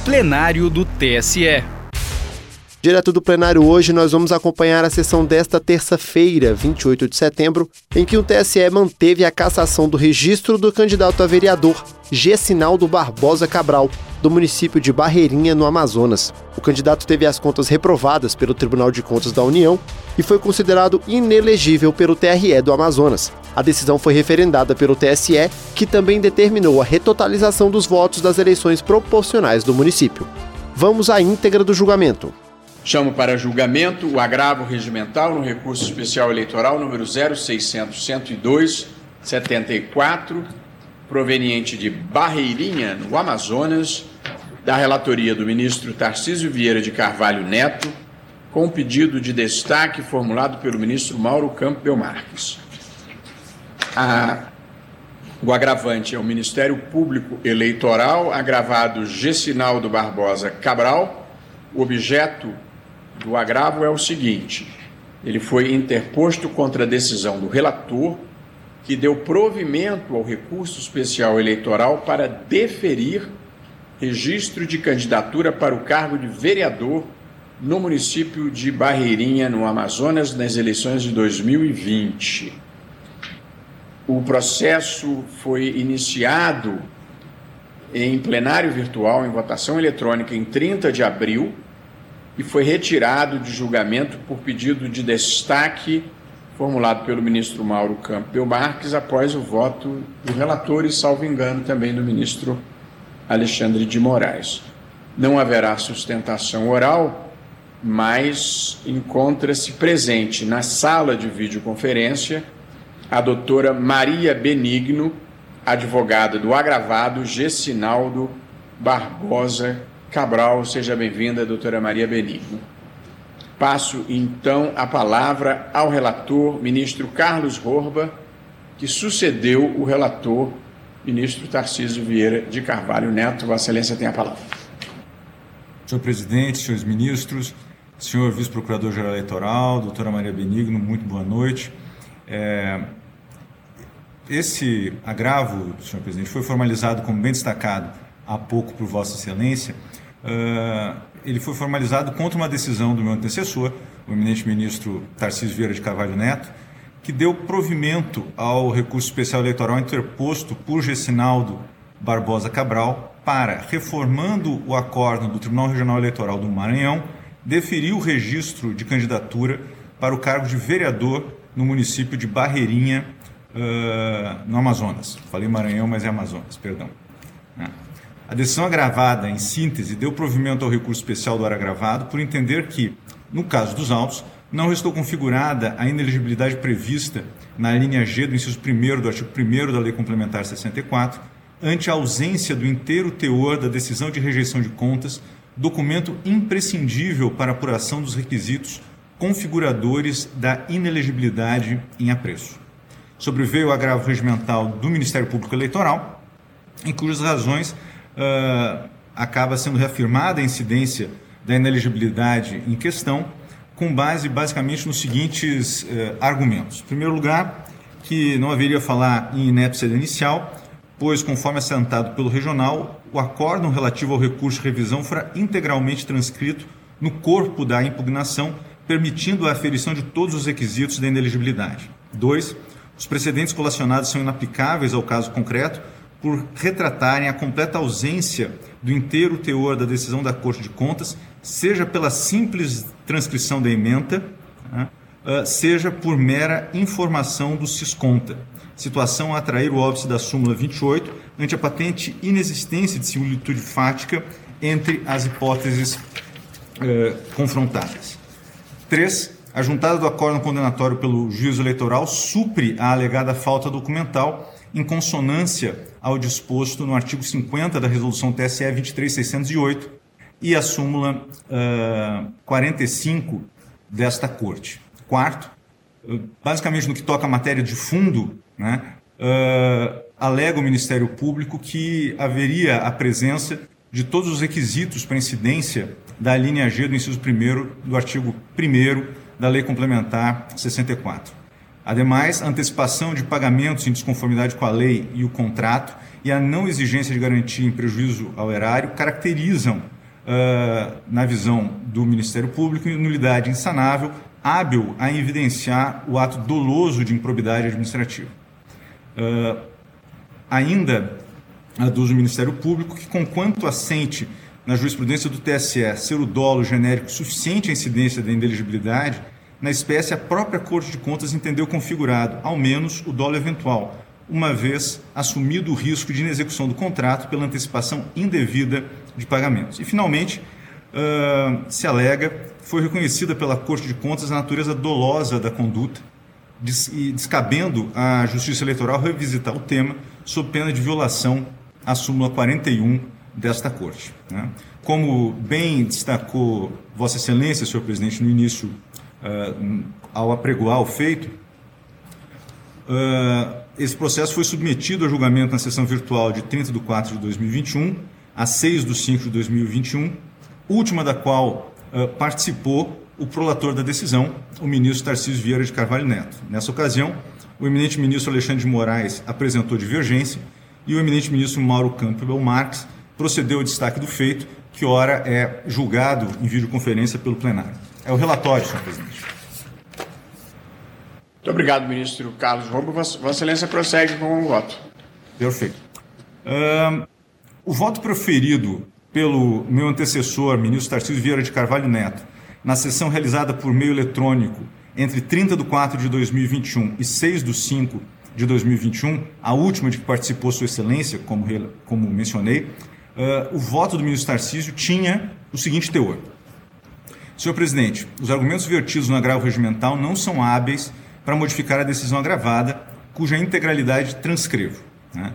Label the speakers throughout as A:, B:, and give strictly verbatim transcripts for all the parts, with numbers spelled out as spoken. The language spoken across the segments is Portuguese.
A: plenário do T S E.
B: Direto do plenário hoje, nós vamos acompanhar a sessão desta terça-feira, vinte e oito de setembro, em que o T S E manteve a cassação do registro do candidato a vereador, Gessinaldo Barbosa Cabral, do município de Barreirinha, no Amazonas. O candidato teve as contas reprovadas pelo Tribunal de Contas da União e foi considerado inelegível pelo T R E do Amazonas. A decisão foi referendada pelo T S E, que também determinou a retotalização dos votos das eleições proporcionais do município. Vamos à íntegra do julgamento.
C: Chamo para julgamento o agravo regimental no recurso especial eleitoral número zero seiscentos, cento e dois, setenta e quatro, proveniente de Barreirinha, no Amazonas, da relatoria do ministro Tarcísio Vieira de Carvalho Neto, com pedido de destaque formulado pelo ministro Mauro Campbell Marques. A, o agravante é o Ministério Público Eleitoral, agravado Gessinaldo Barbosa Cabral. O objeto do agravo é o seguinte: ele foi interposto contra a decisão do relator, que deu provimento ao recurso especial eleitoral para deferir registro de candidatura para o cargo de vereador no município de Barreirinha, no Amazonas, nas eleições de dois mil e vinte. O processo foi iniciado em plenário virtual, em votação eletrônica, em trinta de abril, e foi retirado de julgamento por pedido de destaque formulado pelo ministro Mauro Campbell Marques após o voto do relator e, salvo engano, também do ministro Alexandre de Moraes. Não haverá sustentação oral, mas encontra-se presente na sala de videoconferência a doutora Maria Benigno, advogada do agravado Gessinaldo Barbosa Cabral. Seja bem-vinda, doutora Maria Benigno. Passo, então, a palavra ao relator, ministro Carlos Horba, que sucedeu o relator, ministro Tarcísio Vieira de Carvalho Neto. Vossa Excelência tem a palavra.
D: Senhor presidente, senhores ministros, senhor vice-procurador-geral eleitoral, doutora Maria Benigno, muito boa noite. É, esse agravo, senhor presidente, foi formalizado, como bem destacado há pouco por Vossa Excelência. Uh, ele foi formalizado contra uma decisão do meu antecessor, o eminente ministro Tarcísio Vieira de Carvalho Neto, que deu provimento ao recurso especial eleitoral interposto por Gessinaldo Barbosa Cabral para, reformando o acórdão do Tribunal Regional Eleitoral do Maranhão, deferir o registro de candidatura para o cargo de vereador no município de Barreirinha, uh, no Amazonas. Falei Maranhão, mas é Amazonas, perdão. Ah. A decisão agravada, em síntese, deu provimento ao recurso especial do agravado por entender que, no caso dos autos, não restou configurada a inelegibilidade prevista na linha G do inciso primeiro do artigo primeiro da Lei Complementar sessenta e quatro, ante a ausência do inteiro teor da decisão de rejeição de contas, documento imprescindível para a apuração dos requisitos configuradores da inelegibilidade em apreço. Sobreveio o agravo regimental do Ministério Público Eleitoral, em cujas razões Uh, acaba sendo reafirmada a incidência da inelegibilidade em questão, com base basicamente nos seguintes uh, argumentos. Em primeiro lugar, que não haveria falar em inépcia inicial, pois, conforme assentado pelo regional, o acórdão relativo ao recurso de revisão fora integralmente transcrito no corpo da impugnação, permitindo a aferição de todos os requisitos da inelegibilidade. Dois, os precedentes colacionados são inaplicáveis ao caso concreto, por retratarem a completa ausência do inteiro teor da decisão da Corte de Contas, seja pela simples transcrição da ementa, né, seja por mera informação do Sisconta, situação a atrair o óbice da súmula vinte e oito, ante a patente inexistência de similitude fática entre as hipóteses eh, confrontadas. Três, a juntada do acórdão condenatório pelo juízo eleitoral supre a alegada falta documental em consonância ao disposto no artigo cinquenta da Resolução T S E vinte e três mil seiscentos e oito e a súmula uh, quarenta e cinco desta Corte. Quarto, uh, basicamente no que toca à matéria de fundo, né, uh, alega o Ministério Público que haveria a presença de todos os requisitos para incidência da linha G do inciso primeiro do artigo primeiro da Lei Complementar sessenta e quatro. Ademais, a antecipação de pagamentos em desconformidade com a lei e o contrato e a não exigência de garantia em prejuízo ao erário caracterizam uh, na visão do Ministério Público, nulidade insanável, hábil a evidenciar o ato doloso de improbidade administrativa. Uh, ainda aduz o Ministério Público que, conquanto assente na jurisprudência do T S E ser o dolo genérico suficiente à incidência da inelegibilidade, na espécie a própria Corte de Contas entendeu configurado, ao menos, o dolo eventual, uma vez assumido o risco de inexecução do contrato pela antecipação indevida de pagamentos. E, finalmente, uh, se alega que foi reconhecida pela Corte de Contas a natureza dolosa da conduta, des- e descabendo à Justiça Eleitoral revisitar o tema sob pena de violação à súmula quarenta e um desta Corte. Né? Como bem destacou Vossa Excelência, senhor presidente, no início, uh, ao apregoar o feito, uh, esse processo foi submetido a julgamento na sessão virtual de trinta de quatro de dois mil e vinte e um a seis de cinco de dois mil e vinte e um, última da qual uh, participou o prolator da decisão, o ministro Tarcísio Vieira de Carvalho Neto. Nessa ocasião, o eminente ministro Alexandre de Moraes apresentou divergência e o eminente ministro Mauro Campbell Marques procedeu ao destaque do feito, que ora é julgado em videoconferência pelo plenário. É o relatório, senhor presidente.
C: Muito obrigado, ministro Carlos Rombo. Vossa Excelência prossegue com o voto.
D: Perfeito. Uh, o voto proferido pelo meu antecessor, ministro Tarcísio Vieira de Carvalho Neto, na sessão realizada por meio eletrônico entre trinta de quatro de dois mil e vinte e um e seis de cinco de dois mil e vinte e um, a última de que participou Sua Excelência, como, como mencionei, uh, o voto do ministro Tarcísio tinha o seguinte teor. Senhor presidente, os argumentos vertidos no agravo regimental não são hábeis para modificar a decisão agravada, cuja integralidade transcrevo. Né?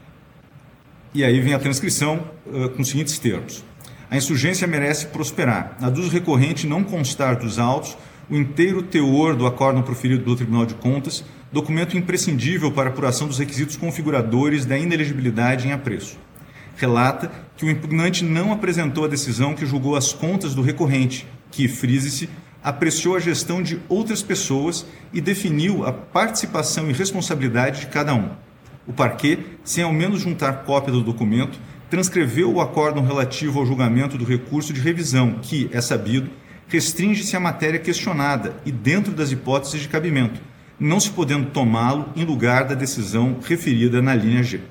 D: E aí vem a transcrição uh, com os seguintes termos. A insurgência merece prosperar. A dos recorrente não constar dos autos o inteiro teor do acórdão proferido pelo Tribunal de Contas, documento imprescindível para a apuração dos requisitos configuradores da inelegibilidade em apreço. Relata que o impugnante não apresentou a decisão que julgou as contas do recorrente, que, frise-se, apreciou a gestão de outras pessoas e definiu a participação e responsabilidade de cada um. O parquê, sem ao menos juntar cópia do documento, transcreveu o acórdão relativo ao julgamento do recurso de revisão, que, é sabido, restringe-se à matéria questionada e dentro das hipóteses de cabimento, não se podendo tomá-lo em lugar da decisão referida na linha G.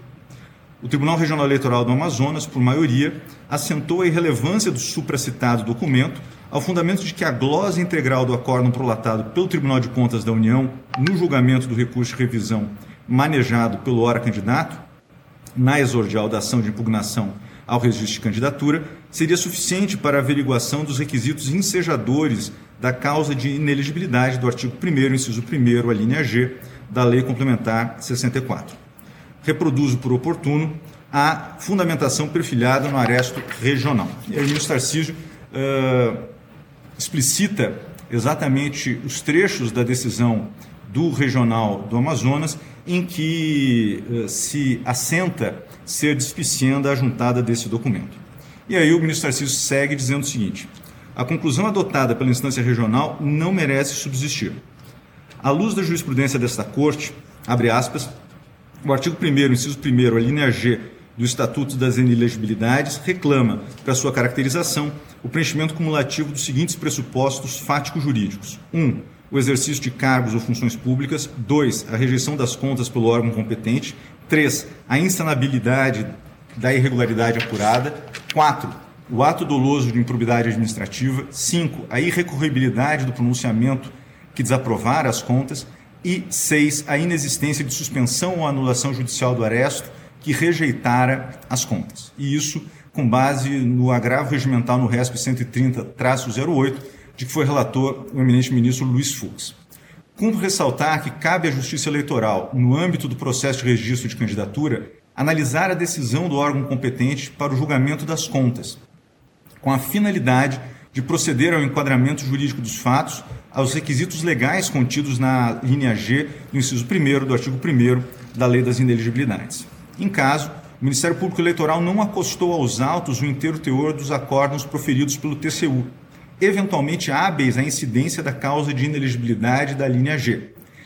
D: O Tribunal Regional Eleitoral do Amazonas, por maioria, assentou a irrelevância do supracitado documento ao fundamento de que a glosa integral do acórdão prolatado pelo Tribunal de Contas da União no julgamento do recurso de revisão manejado pelo ora candidato, na exordial da ação de impugnação ao registro de candidatura, seria suficiente para a averiguação dos requisitos ensejadores da causa de inelegibilidade do artigo primeiro, inciso primeiro, a linha G, da Lei Complementar sessenta e quatro. Reproduzo por oportuno a fundamentação perfilhada no aresto regional. E aí o ministro Tarcísio uh, explicita exatamente os trechos da decisão do Regional do Amazonas em que uh, se assenta ser despicienda a juntada desse documento. E aí o ministro Tarcísio segue dizendo o seguinte: a conclusão adotada pela instância regional não merece subsistir. À luz da jurisprudência desta Corte, abre aspas, o artigo primeiro, inciso primeiro, a linha G do Estatuto das Inelegibilidades reclama, para sua caracterização, o preenchimento cumulativo dos seguintes pressupostos fático-jurídicos. um. O exercício de cargos ou funções públicas. dois. A rejeição das contas pelo órgão competente. três. A insanabilidade da irregularidade apurada. quatro. O ato doloso de improbidade administrativa. cinco. A irrecorribilidade do pronunciamento que desaprovar as contas. E seis. A inexistência de suspensão ou anulação judicial do aresto que rejeitara as contas. E isso com base no agravo regimental no R E S P cento e trinta traço zero oito, de que foi relator o eminente ministro Luiz Fux. Cumpre ressaltar que cabe à Justiça Eleitoral, no âmbito do processo de registro de candidatura, analisar a decisão do órgão competente para o julgamento das contas, com a finalidade de proceder ao enquadramento jurídico dos fatos aos requisitos legais contidos na linha G do inciso primeiro do artigo primeiro da Lei das Inelegibilidades. Em caso, o Ministério Público Eleitoral não acostou aos autos o inteiro teor dos acórdãos proferidos pelo T C U, eventualmente hábeis à incidência da causa de inelegibilidade da linha G.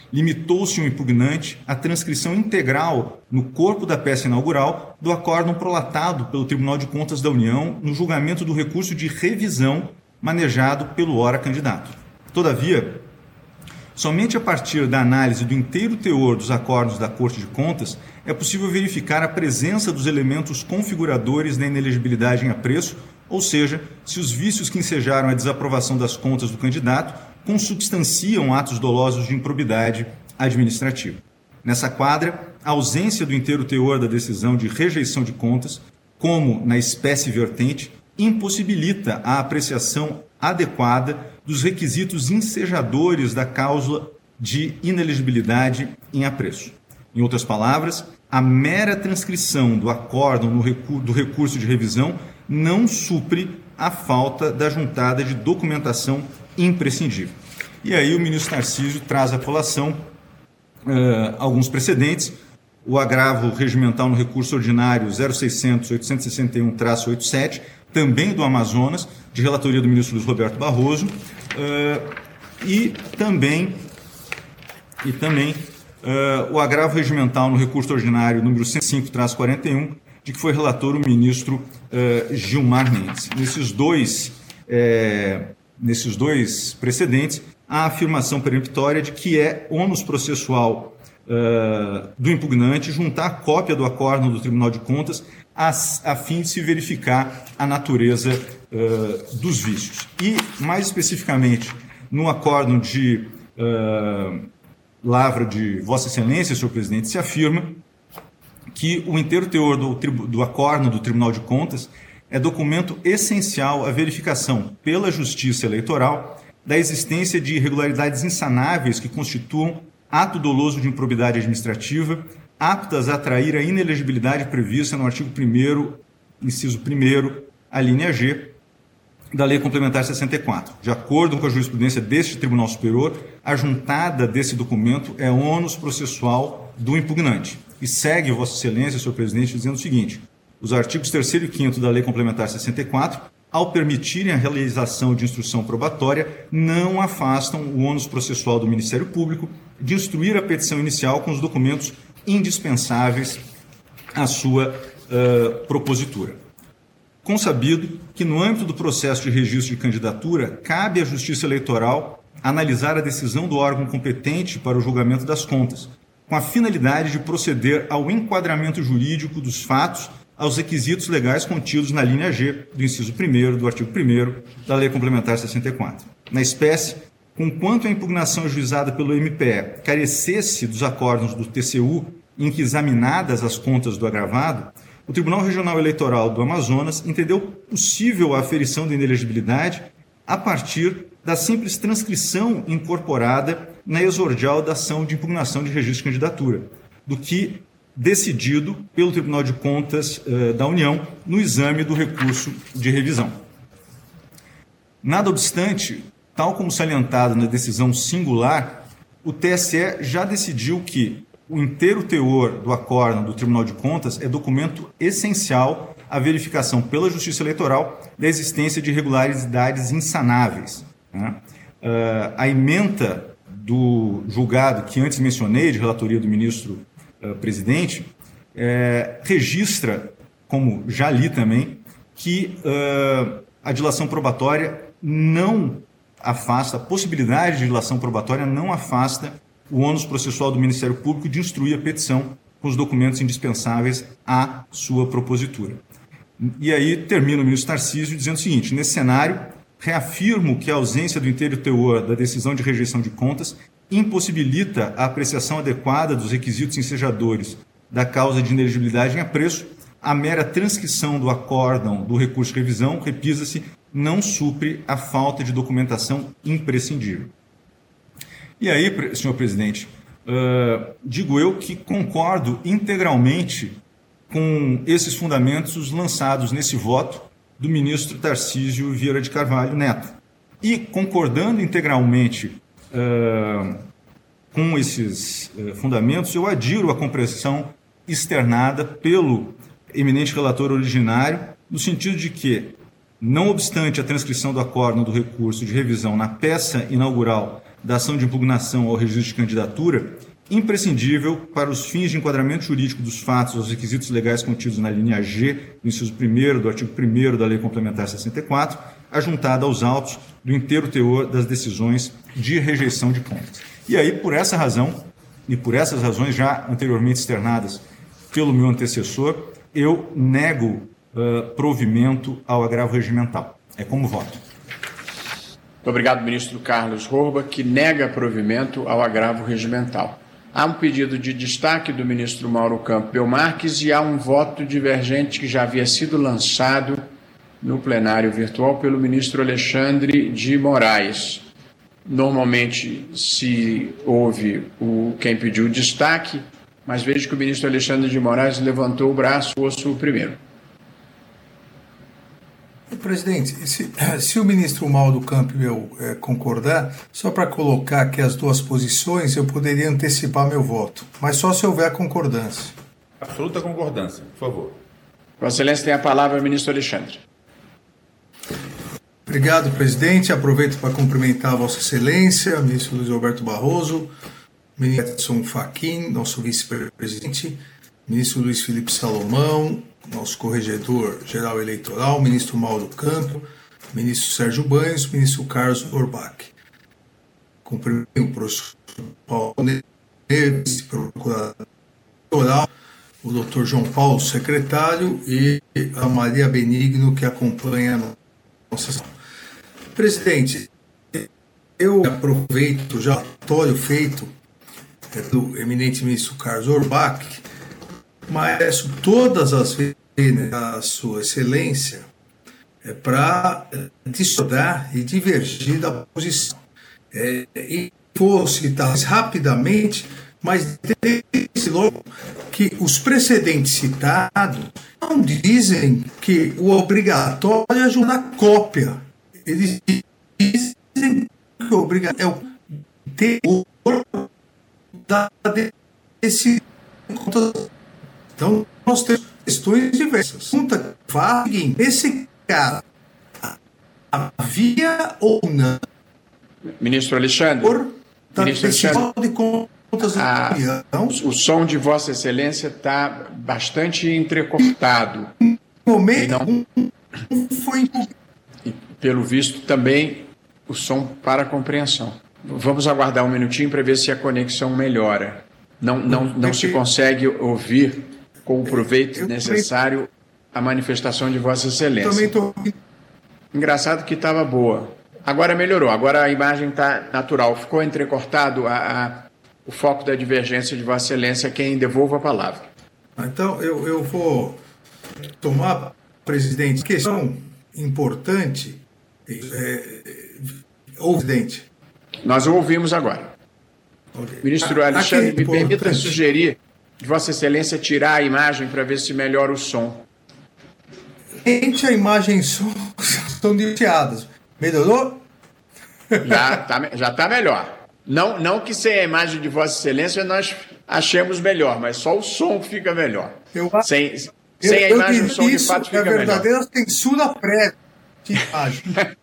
D: limitou-se o impugnante à transcrição integral no corpo da peça inaugural do acórdão prolatado pelo Tribunal de Contas da União no julgamento do recurso de revisão manejado pelo ora candidato. Todavia, somente a partir da análise do inteiro teor dos acordos da Corte de Contas é possível verificar a presença dos elementos configuradores da inelegibilidade em apreço, ou seja, se os vícios que ensejaram a desaprovação das contas do candidato consubstanciam atos dolosos de improbidade administrativa. Nessa quadra, a ausência do inteiro teor da decisão de rejeição de contas, como na espécie vertente, impossibilita a apreciação adequada dos requisitos ensejadores da cláusula de inelegibilidade em apreço. Em outras palavras, a mera transcrição do acórdão no recu- do recurso de revisão não supre a falta da juntada de documentação imprescindível. E aí o ministro Tarcísio traz à colação uh, alguns precedentes, o agravo regimental no recurso ordinário zero seiscentos, oitocentos e sessenta e um, oitenta e sete, também do Amazonas, de relatoria do ministro Luiz Roberto Barroso, uh, e também, e também uh, o agravo regimental no recurso ordinário número cento e cinco, quarenta e um, de que foi relator o ministro uh, Gilmar Mendes. Nesses dois, é, nesses dois precedentes, a afirmação peremptória de que é ônus processual uh, do impugnante juntar a cópia do acórdão do Tribunal de Contas a, a fim de se verificar a natureza uh, dos vícios. E, mais especificamente, no acórdão de uh, lavra de Vossa Excelência, senhor presidente, se afirma que o inteiro teor do, do acórdão do Tribunal de Contas é documento essencial à verificação pela Justiça Eleitoral da existência de irregularidades insanáveis que constituam ato doloso de improbidade administrativa, aptas a atrair a inelegibilidade prevista no artigo primeiro, inciso primeiro, a linha G, da Lei Complementar sessenta e quatro. De acordo com a jurisprudência deste Tribunal Superior, a juntada desse documento é ônus processual do impugnante. E segue Vossa Excelência, senhor presidente, dizendo o seguinte: os artigos terceiro e quinto da Lei Complementar sessenta e quatro, ao permitirem a realização de instrução probatória, não afastam o ônus processual do Ministério Público de instruir a petição inicial com os documentos indispensáveis à sua uh, propositura. Consabido que, no âmbito do processo de registro de candidatura, cabe à Justiça Eleitoral analisar a decisão do órgão competente para o julgamento das contas, com a finalidade de proceder ao enquadramento jurídico dos fatos aos requisitos legais contidos na linha G do inciso primeiro do artigo primeiro da Lei Complementar sessenta e quatro. Na espécie, conquanto a impugnação ajuizada pelo M P E carecesse dos acórdãos do T C U em que examinadas as contas do agravado, o Tribunal Regional Eleitoral do Amazonas entendeu possível a aferição da inelegibilidade a partir da simples transcrição incorporada na exordial da ação de impugnação de registro de candidatura, do que decidido pelo Tribunal de Contas uh, da União no exame do recurso de revisão. Nada obstante, tal como salientado na decisão singular, o T S E já decidiu que o inteiro teor do acórdão do Tribunal de Contas é documento essencial à verificação pela Justiça Eleitoral da existência de irregularidades insanáveis. Né? Uh, a ementa do julgado que antes mencionei, de relatoria do ministro uh, presidente, uh, registra, como já li também, que uh, a dilação probatória não afasta, a possibilidade de dilação probatória não afasta o ônus processual do Ministério Público de instruir a petição com os documentos indispensáveis à sua propositura. E aí termina o ministro Tarcísio dizendo o seguinte: nesse cenário, reafirmo que a ausência do inteiro teor da decisão de rejeição de contas impossibilita a apreciação adequada dos requisitos ensejadores da causa de inelegibilidade em apreço. A mera transcrição do acórdão do recurso de revisão, repisa-se, não supre a falta de documentação imprescindível. E aí, senhor presidente, uh, digo eu que concordo integralmente com esses fundamentos lançados nesse voto do ministro Tarcísio Vieira de Carvalho Neto. E concordando integralmente uh, com esses uh, fundamentos, eu adiro à compreensão externada pelo eminente relator originário, no sentido de que, não obstante a transcrição do acórdão do recurso de revisão na peça inaugural da ação de impugnação ao registro de candidatura, imprescindível para os fins de enquadramento jurídico dos fatos aos requisitos legais contidos na linha G do inciso primeiro do artigo primeiro da Lei Complementar sessenta e quatro, ajuntada aos autos do inteiro teor das decisões de rejeição de contas. E aí, por essa razão, e por essas razões já anteriormente externadas pelo meu antecessor, eu nego uh, provimento ao agravo regimental. É como voto.
C: Muito obrigado, ministro Carlos Horba, que nega provimento ao agravo regimental. Há um pedido de destaque do ministro Mauro Campbell Marques e há um voto divergente que já havia sido lançado no plenário virtual pelo ministro Alexandre de Moraes. Normalmente se ouve o, quem pediu destaque, mas vejo que o ministro Alexandre de Moraes levantou o braço, ouço o primeiro.
E: Presidente, se, se o ministro Mauro Campbell é, concordar, só para colocar aqui as duas posições, eu poderia antecipar meu voto, mas só se houver concordância.
F: Absoluta concordância, por favor.
C: Vossa Excelência tem a palavra, ministro Alexandre.
E: Obrigado, presidente. Aproveito para cumprimentar a Vossa Excelência, ministro Luiz Roberto Barroso, ministro Edson Fachin, nosso vice-presidente, ministro Luiz Felipe Salomão, nosso corregedor-geral eleitoral, ministro Mauro Campbell, ministro Sérgio Banhos, ministro Carlos Orbach. Cumprimento o professor Paulo Neves, procurador eleitoral, o doutor João Paulo, secretário, e a Maria Benigno, que acompanha a nossa sessão. Presidente, eu aproveito já o relatório feito do eminente ministro Carlos Orbach, mas todas as vezes a sua excelência é para discordar e divergir da posição. É, e vou citar rapidamente, mas desde logo que os precedentes citados não dizem que o obrigatório é ajudar a cópia. Eles dizem que o obrigatório é o teor da decisão. Então, nós temos questões diversas. Pergunta fala o seguinte: esse cara havia ou não?
C: Ministro Alexandre.
E: Por
C: Ministro Alexandre,
E: de contas
C: a, o, o som de Vossa Excelência está bastante entrecortado.
E: No momento,
C: não,
E: um foi.
C: E, pelo visto, também o som para a compreensão. Vamos aguardar um minutinho para ver se a conexão melhora. Não, não, não se consegue ouvir com o proveito eu necessário também, a manifestação de Vossa Excelência.
E: Também tô...
C: Engraçado que estava boa. Agora melhorou, agora a imagem está natural. Ficou entrecortado a, a, o foco da divergência de Vossa Excelência. Quem devolva a palavra.
E: Então, eu, eu vou tomar, presidente, questão importante. É, ou, presidente.
C: Nós o ouvimos agora. Okay. Ministro Alexandre, me permita sugerir de Vossa Excelência tirar a imagem para ver se melhora o som.
E: Gente, a imagem e som estão divorciadas. Melhorou?
C: Já está já tá melhor. Não, não que sem a imagem de Vossa Excelência nós achemos melhor, mas só o som fica melhor. Eu, sem
E: eu,
C: sem a
E: eu
C: imagem, o som de fato fica melhor.
E: É a verdadeira censura prévia de imagem.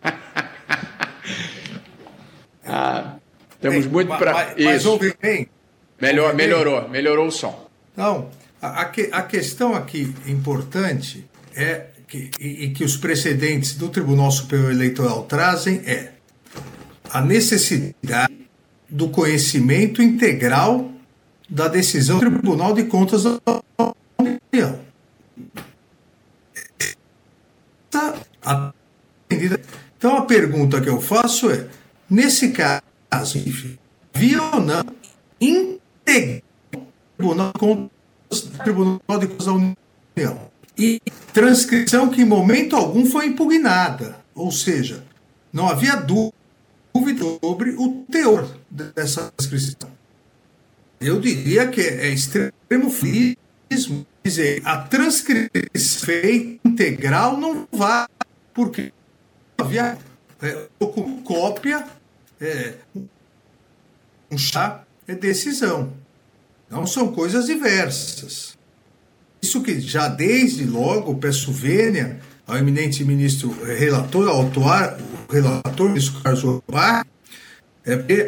C: ah, temos muito para isso.
E: Mas ouve bem.
C: Melhor,
E: ouve bem.
C: melhorou, melhorou o som.
E: Não, a, a, que, a questão aqui importante é que, e, e que os precedentes do Tribunal Superior Eleitoral trazem é a necessidade do conhecimento integral da decisão do Tribunal de Contas da União. Então a pergunta que eu faço é, nesse caso, havia ou não integral Tribunal de Contas, Tribunal de Contas da União e transcrição que em momento algum foi impugnada, ou seja, não havia dúvida sobre o teor dessa transcrição. Eu diria que é extremo frismo dizer a transcrição feita integral não vale, porque havia é, cópia, é, um chá é decisão. Não são coisas diversas. Isso que já desde logo peço vênia ao eminente ministro relator, ao autor, o relator, ministro Carlos Orbach, é porque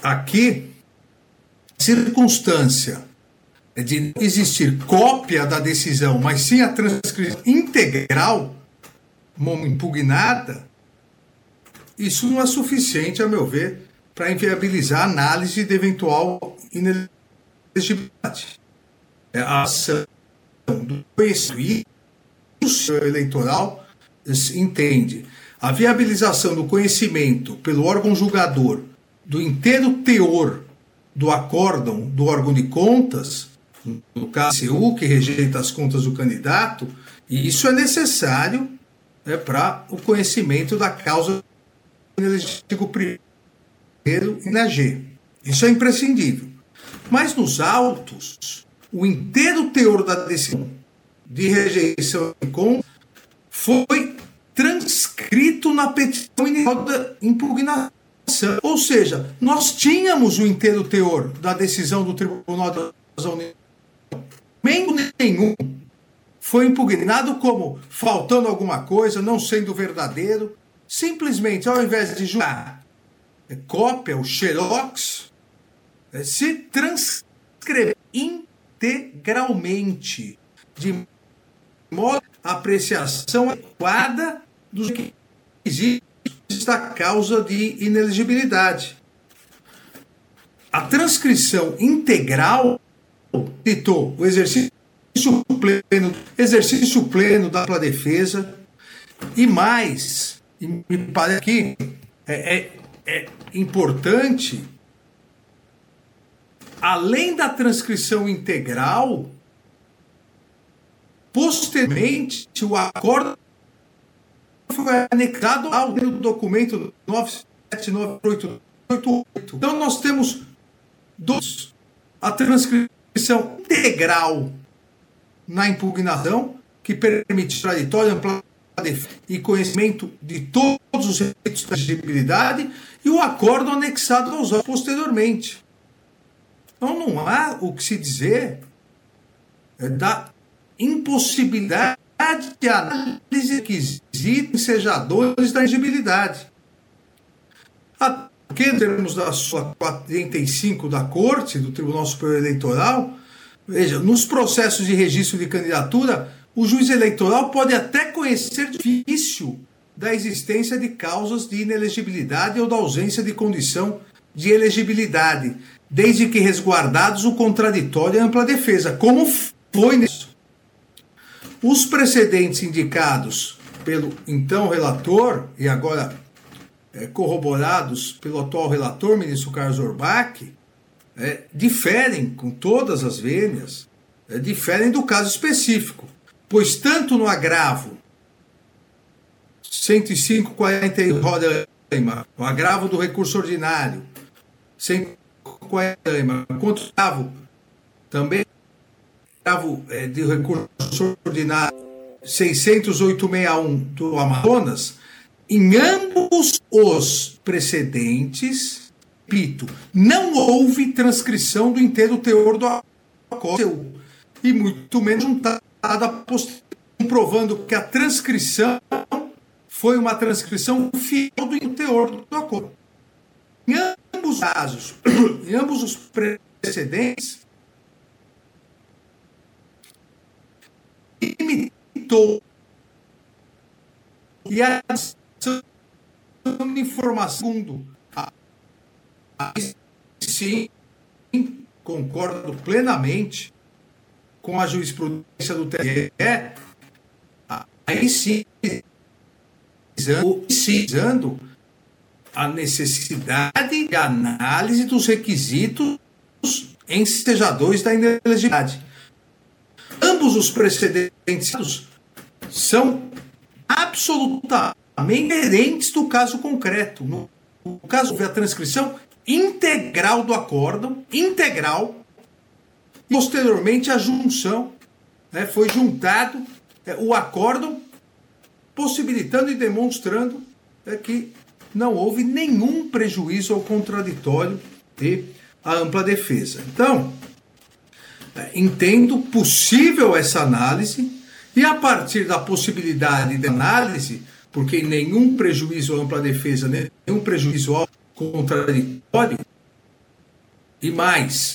E: aqui, circunstância de não existir cópia da decisão, mas sim a transcrição integral impugnada, isso não é suficiente, a meu ver, para inviabilizar a análise de eventual inelegibilidade. A ação do conhecimento eleitoral entende a viabilização do conhecimento pelo órgão julgador do inteiro teor do acórdão do órgão de contas, no caso C U, que rejeita as contas do candidato, e isso é necessário, né, para o conhecimento da causa inelegível primeiro e na G. Isso é imprescindível. Mas nos autos, o inteiro teor da decisão de rejeição de contas foi transcrito na petição inicial da impugnação. Ou seja, nós tínhamos o inteiro teor da decisão do Tribunal da União. Memento nenhum foi impugnado como faltando alguma coisa, não sendo verdadeiro. Simplesmente, ao invés de julgar é, cópia, o xerox, é, se transcreve integralmente, de modo a apreciação adequada dos requisitos da causa de inelegibilidade. A transcrição integral citou o exercício pleno, exercício pleno da ampla defesa e mais, e me parece que é, é, é importante, além da transcrição integral, posteriormente o acordo foi anexado ao documento nove sete nove oito oito oito. Então nós temos dois, a transcrição integral na impugnação, que permite extraditório, ampla defesa e conhecimento de todos os efeitos da elegibilidade, e o acordo anexado aos autos posteriormente. Então não há o que se dizer da impossibilidade de análise de requisitos ensejadores da elegibilidade. Aqui, em termos da sua quarenta e cinco da Corte, do Tribunal Superior Eleitoral, veja, nos processos de registro de candidatura, o juiz eleitoral pode até conhecer difícil da existência de causas de inelegibilidade ou da ausência de condição de elegibilidade, desde que resguardados o contraditório e a ampla defesa, como foi nisso. Os precedentes indicados pelo então relator, e agora é, corroborados pelo atual relator, ministro Carlos Orbach, é, diferem com todas as vênias, é, diferem do caso específico, pois tanto no agravo cento e cinco ponto quarenta e um Roraima, o agravo do recurso ordinário, cento e quarenta Roraima, quanto o agravo também agravo é, de recurso ordinário seiscentos e oito sessenta e um do Amazonas, em ambos os precedentes, repito, não houve transcrição do inteiro teor do acordo, e muito menos juntada a posteriori, comprovando que a transcrição foi uma transcrição fiel do teor do acordo. Em ambos os casos, em ambos os precedentes, limitou e a de informação segundo aí sim concordo plenamente com a jurisprudência do T S E, aí sim precisando a necessidade de análise dos requisitos ensejadores da inelegibilidade. Ambos os precedentes são absolutamente diferentes do caso concreto. No, no caso, houve a transcrição integral do acórdão, integral, e posteriormente a junção, né, foi juntado é, o acórdão, possibilitando e demonstrando é, que não houve nenhum prejuízo ao contraditório e à ampla defesa. Então, entendo possível essa análise, e a partir da possibilidade de análise, porque nenhum prejuízo à ampla defesa, nenhum prejuízo ao contraditório, E mais,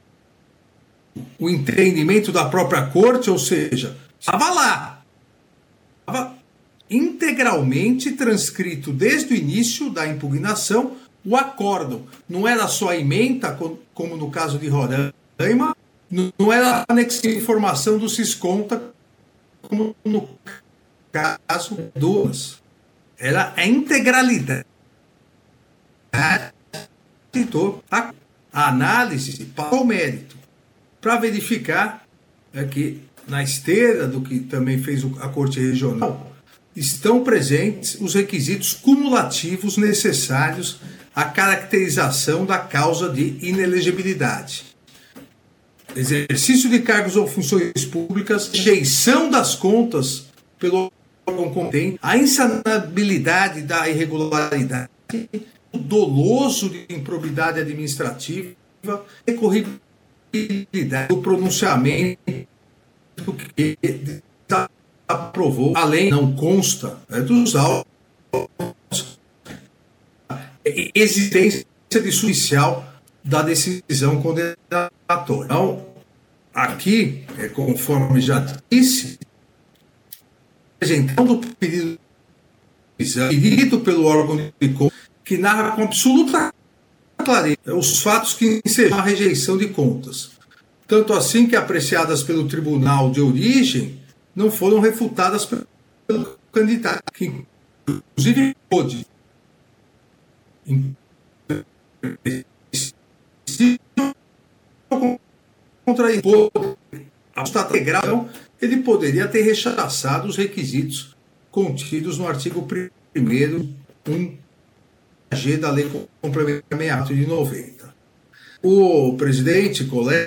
E: o entendimento da própria corte, ou seja, estava lá, estava integralmente transcrito desde o início da impugnação o acórdão. Não era só a ementa, como no caso de Roraima, não era anexo de informação do Sisconta, como no caso dos. Era a integralidade. A análise para o mérito, para verificar é, que, na esteira do que também fez a Corte Regional, estão presentes os requisitos cumulativos necessários à caracterização da causa de inelegibilidade. Exercício de cargos ou funções públicas, rejeição das contas pelo órgão competente, a insanabilidade da irregularidade, o doloso de improbidade administrativa, recorribilidade do pronunciamento que aprovou, além não consta é, dos autos, existência de judicial da decisão condenatória. Então, aqui, é, conforme já disse, apresentando o pedido pedido pelo órgão de conta, que narra com absoluta clareza os fatos que ensejam a rejeição de contas, tanto assim que apreciadas pelo tribunal de origem não foram refutadas pelo candidato, que inclusive pôde contrair a integral, ele poderia ter rechaçado os requisitos contidos no artigo primeiro, um G da Lei Complementar sessenta e quatro de noventa. O presidente, colegas,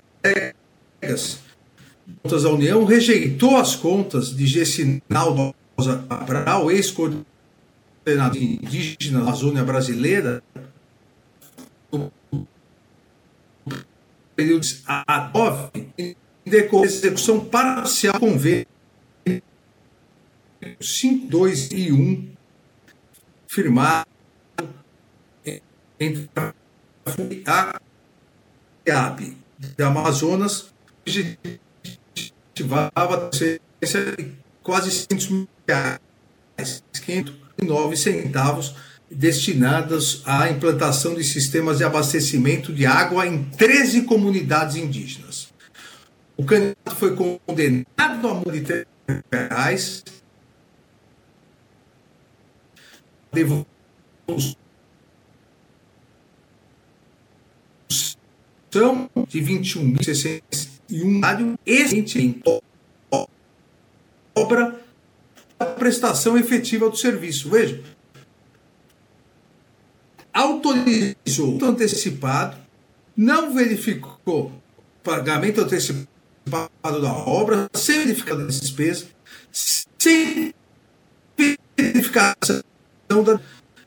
E: contas da União, rejeitou as contas de Gessinaldo Cabral, ex-coordenador indígena da Amazônia brasileira, no período A nove, em decorrência de execução parcial do convênio cinco, dois e um, firmado entre a E A B de Amazonas, que objetivava quase quinhentos mil reais, quinhentos e nove centavos, destinadas à implantação de sistemas de abastecimento de água em treze comunidades indígenas. O candidato foi condenado a multa de reais, devolução de vinte e um mil seiscentos e um excedente em obra a prestação efetiva do serviço. Veja, autorizou o antecipado, não verificou pagamento antecipado da obra, sem verificar da despesa, sem verificação da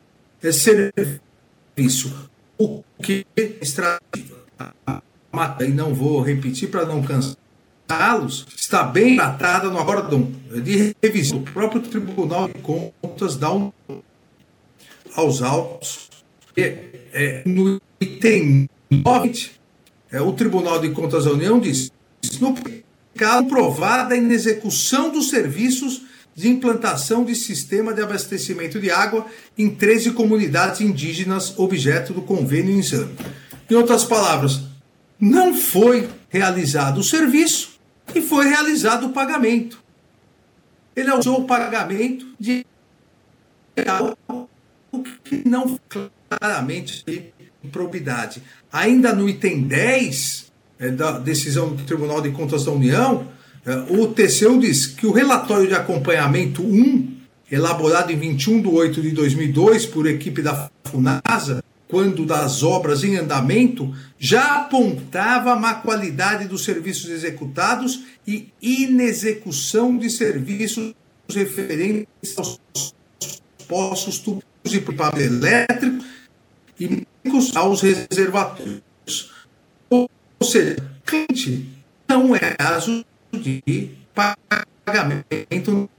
E: serviço, o que é extrativo. E não vou repetir para não cansá-los, está bem tratada no acórdão de revisão do próprio Tribunal de Contas da União aos autos. É, é, no item nove, é, o Tribunal de Contas da União diz: no caso comprovada a inexecução dos serviços de implantação de sistema de abastecimento de água em treze comunidades indígenas objeto do convênio em exame. Em outras palavras, não foi realizado o serviço e foi realizado o pagamento. Ele usou o pagamento de algo que não claramente de improbidade. Ainda no item dez é, da decisão do Tribunal de Contas da União, é, o T C U diz que o relatório de acompanhamento um, elaborado em vinte e um de oito de dois mil e dois por equipe da FUNASA, quando das obras em andamento, já apontava a má qualidade dos serviços executados e inexecução de serviços referentes aos poços, tubos e pipas elétricos e aos reservatórios. Ou seja, cliente não é caso de pagamento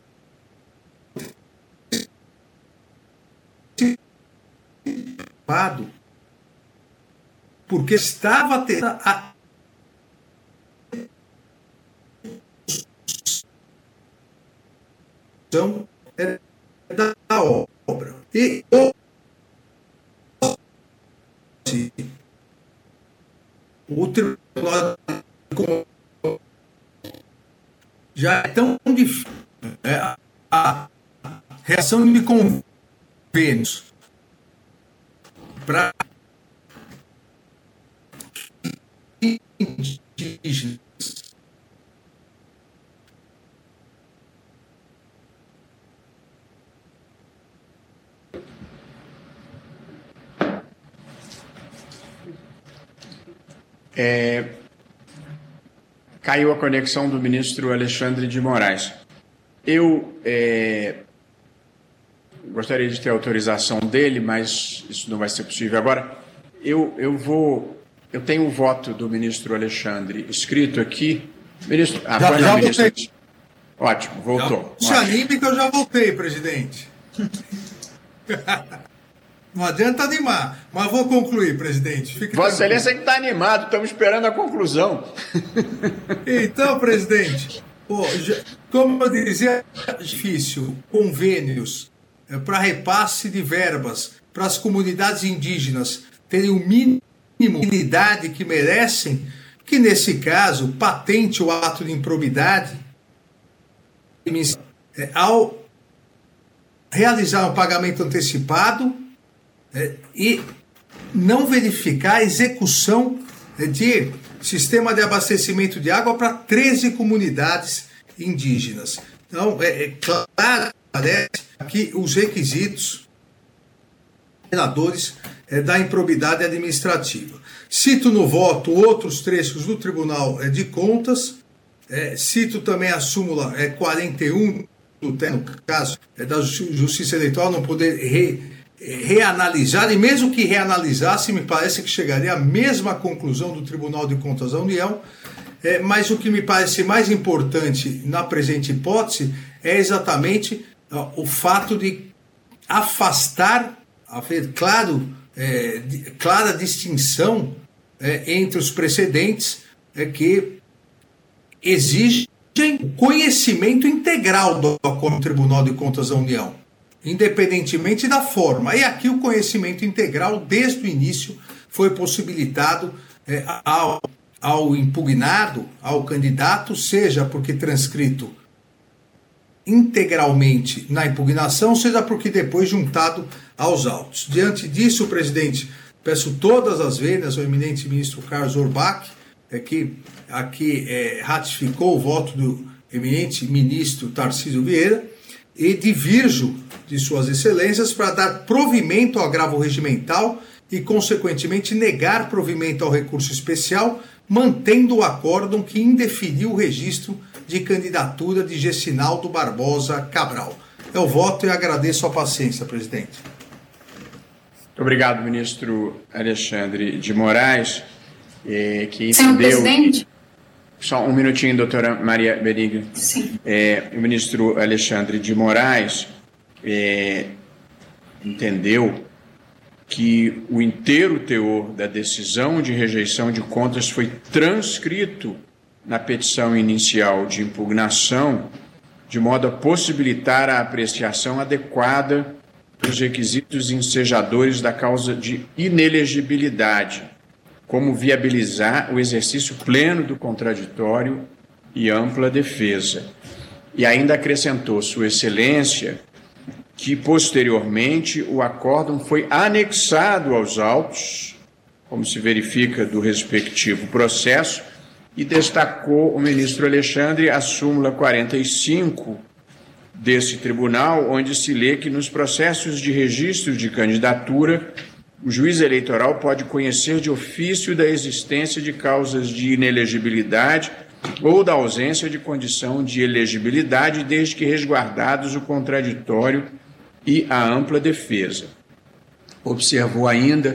E: porque estava tendo a é da obra. E o tribunal já é tão difícil. É, a reação de convênios para indígenas
C: É, caiu a conexão do ministro Alexandre de Moraes. Eu é, gostaria de ter a autorização dele, mas isso não vai ser possível agora. Eu, eu vou... Eu tenho o voto do ministro Alexandre escrito aqui. Ministro, ah,
E: já, já
C: ministro.
E: voltei.
C: Ótimo, voltou.
E: Já, se anime que eu já voltei, presidente. Não adianta animar, mas vou concluir, presidente. Fique
C: Vossa
E: tranquilo.
C: Excelência que está animado, estamos esperando a conclusão.
E: Então, presidente, pô, já, como eu dizia, é difícil convênios é, para repasse de verbas para as comunidades indígenas terem o mínimo de dignidade que merecem, que nesse caso, patente o ato de improbidade, é, ao realizar um pagamento antecipado, É, e não verificar a execução de sistema de abastecimento de água para treze comunidades indígenas. Então, é, é claro que os requisitos é, da improbidade administrativa. Cito no voto outros trechos do Tribunal é, de Contas, é, cito também a súmula é, quarenta e um, do, no caso é, da Justiça Eleitoral, não poder re reanalisar, e mesmo que reanalisasse, me parece que chegaria à mesma conclusão do Tribunal de Contas da União, é, mas o que me parece mais importante na presente hipótese é exatamente ó, o fato de afastar, haver claro, é, de, clara distinção é, entre os precedentes é, que exigem conhecimento integral do acordo do Tribunal de Contas da União, independentemente da forma. E aqui o conhecimento integral, desde o início, foi possibilitado é, ao, ao impugnado, ao candidato, seja porque transcrito integralmente na impugnação, seja porque depois juntado aos autos. Diante disso, presidente, peço todas as vênias ao eminente ministro Carlos Orbach, é, que aqui é, ratificou o voto do eminente ministro Tarcísio Vieira, e divirjo de suas excelências para dar provimento ao agravo regimental e, consequentemente, negar provimento ao recurso especial, mantendo o acórdão que indeferiu o registro de candidatura de Gessinaldo Barbosa Cabral. É o voto e agradeço a paciência, presidente.
C: Muito obrigado, ministro Alexandre de Moraes, eh, que
G: Senhor
C: entendeu...
G: presidente?
C: Só um minutinho, doutora Maria Benigna.
G: Sim.
C: É, o ministro Alexandre de Moraes é, entendeu que o inteiro teor da decisão de rejeição de contas foi transcrito na petição inicial de impugnação, de modo a possibilitar a apreciação adequada dos requisitos ensejadores da causa de inelegibilidade, como viabilizar o exercício pleno do contraditório e ampla defesa. E ainda acrescentou Sua Excelência que, posteriormente, o acórdão foi anexado aos autos, como se verifica do respectivo processo, e destacou o ministro Alexandre a súmula quarenta e cinco desse tribunal, onde se lê que nos processos de registro de candidatura, o juiz eleitoral pode conhecer de ofício da existência de causas de inelegibilidade ou da ausência de condição de elegibilidade, desde que resguardados o contraditório e a ampla defesa. Observou ainda,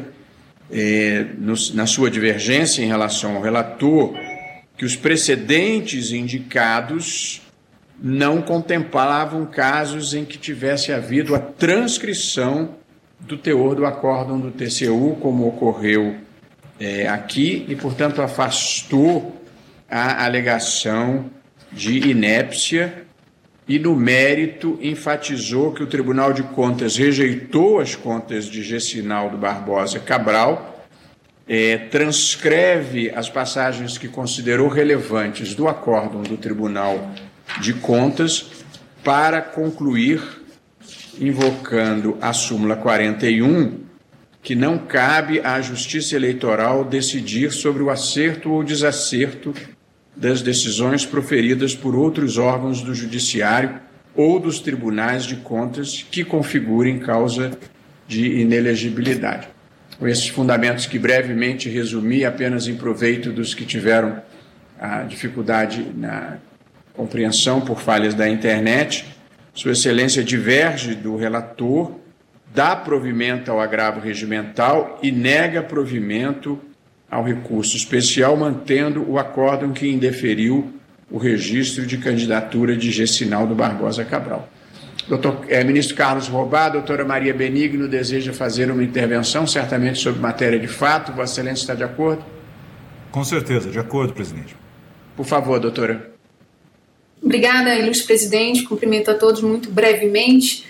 C: eh, no, na sua divergência em relação ao relator, que os precedentes indicados não contemplavam casos em que tivesse havido a transcrição do teor do acórdão do T C U, como ocorreu é, aqui e, portanto, afastou a alegação de inépcia e, no mérito, enfatizou que o Tribunal de Contas rejeitou as contas de Gessinaldo Barbosa Cabral, é, transcreve as passagens que considerou relevantes do acórdão do Tribunal de Contas para concluir, invocando a súmula quarenta e um, que não cabe à Justiça Eleitoral decidir sobre o acerto ou desacerto das decisões proferidas por outros órgãos do Judiciário ou dos tribunais de contas que configurem causa de inelegibilidade. Com esses fundamentos que brevemente resumi apenas em proveito dos que tiveram a dificuldade na compreensão por falhas da internet, Sua Excelência diverge do relator, dá provimento ao agravo regimental e nega provimento ao recurso especial, mantendo o acórdão que indeferiu o registro de candidatura de Gessinaldo Barbosa Cabral. Doutor, é, ministro Carlos Robá, doutora Maria Benigno deseja fazer uma intervenção, certamente sobre matéria de fato. Vossa Excelência está de acordo?
D: Com certeza, de acordo, presidente.
C: Por favor, doutora.
G: Obrigada, ilustre presidente. Cumprimento a todos muito brevemente.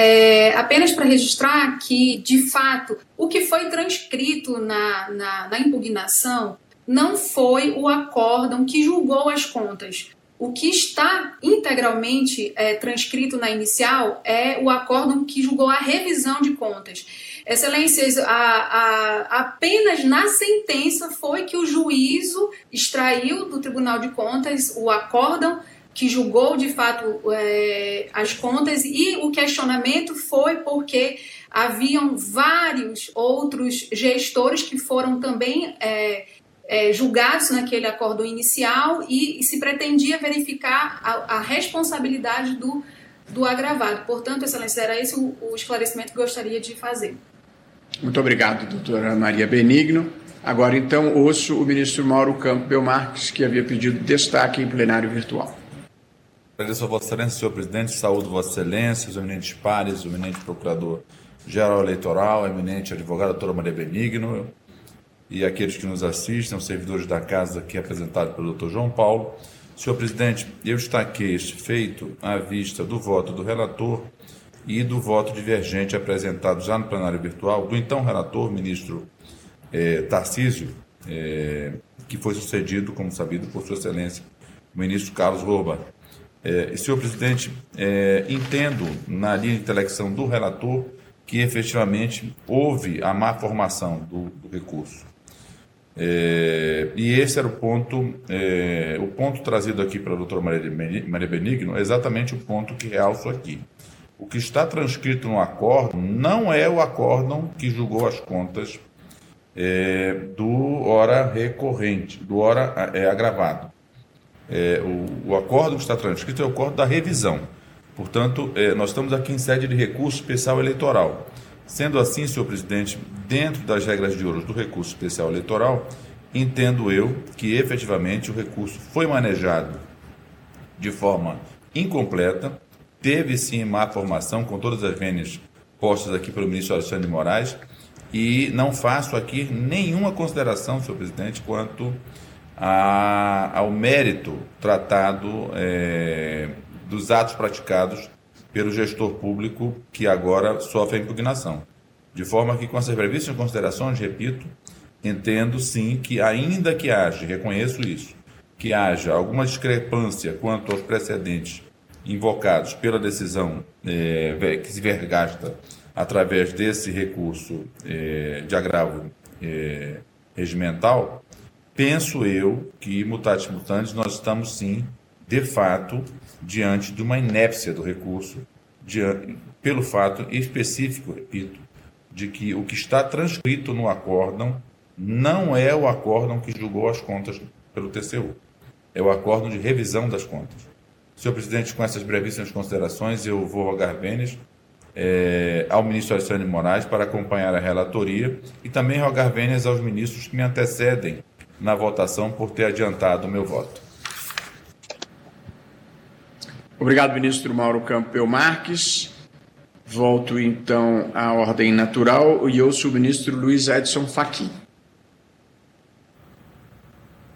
G: É, apenas para registrar que, de fato, o que foi transcrito na, na, na impugnação não foi o acórdão que julgou as contas. O que está integralmente é, transcrito na inicial é o acórdão que julgou a revisão de contas. Excelências, a, a, apenas na sentença foi que o juízo extraiu do Tribunal de Contas o acórdão que julgou de fato é, as contas, e o questionamento foi porque haviam vários outros gestores que foram também é, é, julgados naquele acórdão inicial e, e se pretendia verificar a, a responsabilidade do, do agravado. Portanto, Excelência, era esse o, o esclarecimento que gostaria de fazer.
C: Muito obrigado, doutora Maria Benigno. Agora, então, ouço o ministro Mauro Campbell Marques, que havia pedido destaque em plenário virtual.
F: Agradeço a Vossa Excelência, senhor presidente, saúdo Vossa Excelência, os eminentes pares, o eminente procurador-geral eleitoral, a eminente advogada doutora Maria Benigno e aqueles que nos assistem, os servidores da casa aqui apresentados pelo doutor João Paulo. Senhor presidente, eu destaquei este feito à vista do voto do relator e do voto divergente apresentado já no plenário virtual do então relator, ministro eh, Tarcísio, eh, que foi sucedido, como sabido, por Sua Excelência, o ministro Carlos Robá. É, senhor presidente, é, entendo na linha de intelecção do relator que efetivamente houve a má formação do, do recurso. É, e esse era o ponto, é, o ponto trazido aqui pela doutora Maria Benigno, é exatamente o ponto que realço aqui. O que está transcrito no acórdão não é o acórdão que julgou as contas é, do hora recorrente, do hora é, agravado. É, o, o acórdão que está transcrito é o acórdão da revisão. Portanto, é, nós estamos aqui em sede de recurso especial eleitoral. Sendo assim, senhor presidente, dentro das regras de ouro do recurso especial eleitoral, entendo eu que efetivamente o recurso foi manejado de forma incompleta, teve sim má formação, com todas as vênias postas aqui pelo ministro Alexandre de Moraes, e não faço aqui nenhuma consideração, senhor presidente, quanto A, ao mérito tratado é, dos atos praticados pelo gestor público que agora sofre a impugnação. De forma que, com essas brevíssimas considerações, repito, entendo sim que, ainda que haja, reconheço isso, que haja alguma discrepância quanto aos precedentes invocados pela decisão é, que se vergasta através desse recurso é, de agravo é, regimental, penso eu que, mutatis mutandis, nós estamos, sim, de fato, diante de uma inépcia do recurso, de, pelo fato específico, repito, de que o que está transcrito no acórdão não é o acórdão que julgou as contas pelo T C U, é o acórdão de revisão das contas. Senhor presidente, com essas brevíssimas considerações, eu vou rogar vênias é, ao ministro Alexandre de Moraes para acompanhar a relatoria e também rogar vênias aos ministros que me antecedem na votação por ter adiantado o meu voto.
C: Obrigado, ministro Mauro Campbell Marques. Volto, então, à ordem natural e ouço o ministro Luiz Edson Fachin.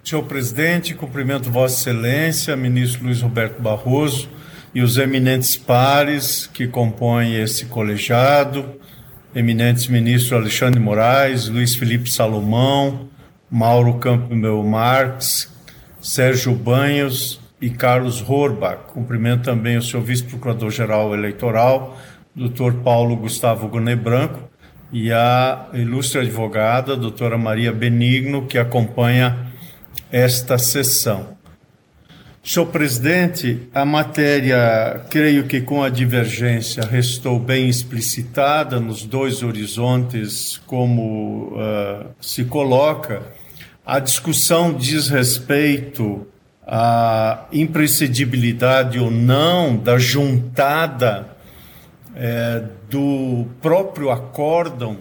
H: Senhor presidente, cumprimento Vossa Excelência, ministro Luiz Roberto Barroso e os eminentes pares que compõem esse colegiado, eminentes ministros Alexandre de Moraes, Luiz Felipe Salomão, Mauro Campbell Marques, Sérgio Banhos e Carlos Horbach. Cumprimento também o senhor vice-procurador-geral eleitoral, doutor Paulo Gustavo Gonet Branco, e a ilustre advogada, doutora Maria Benigno, que acompanha esta sessão. Senhor presidente, a matéria, creio que com a divergência, restou bem explicitada nos dois horizontes, como uh, se coloca. A discussão diz respeito à imprescindibilidade ou não da juntada eh, do próprio acórdão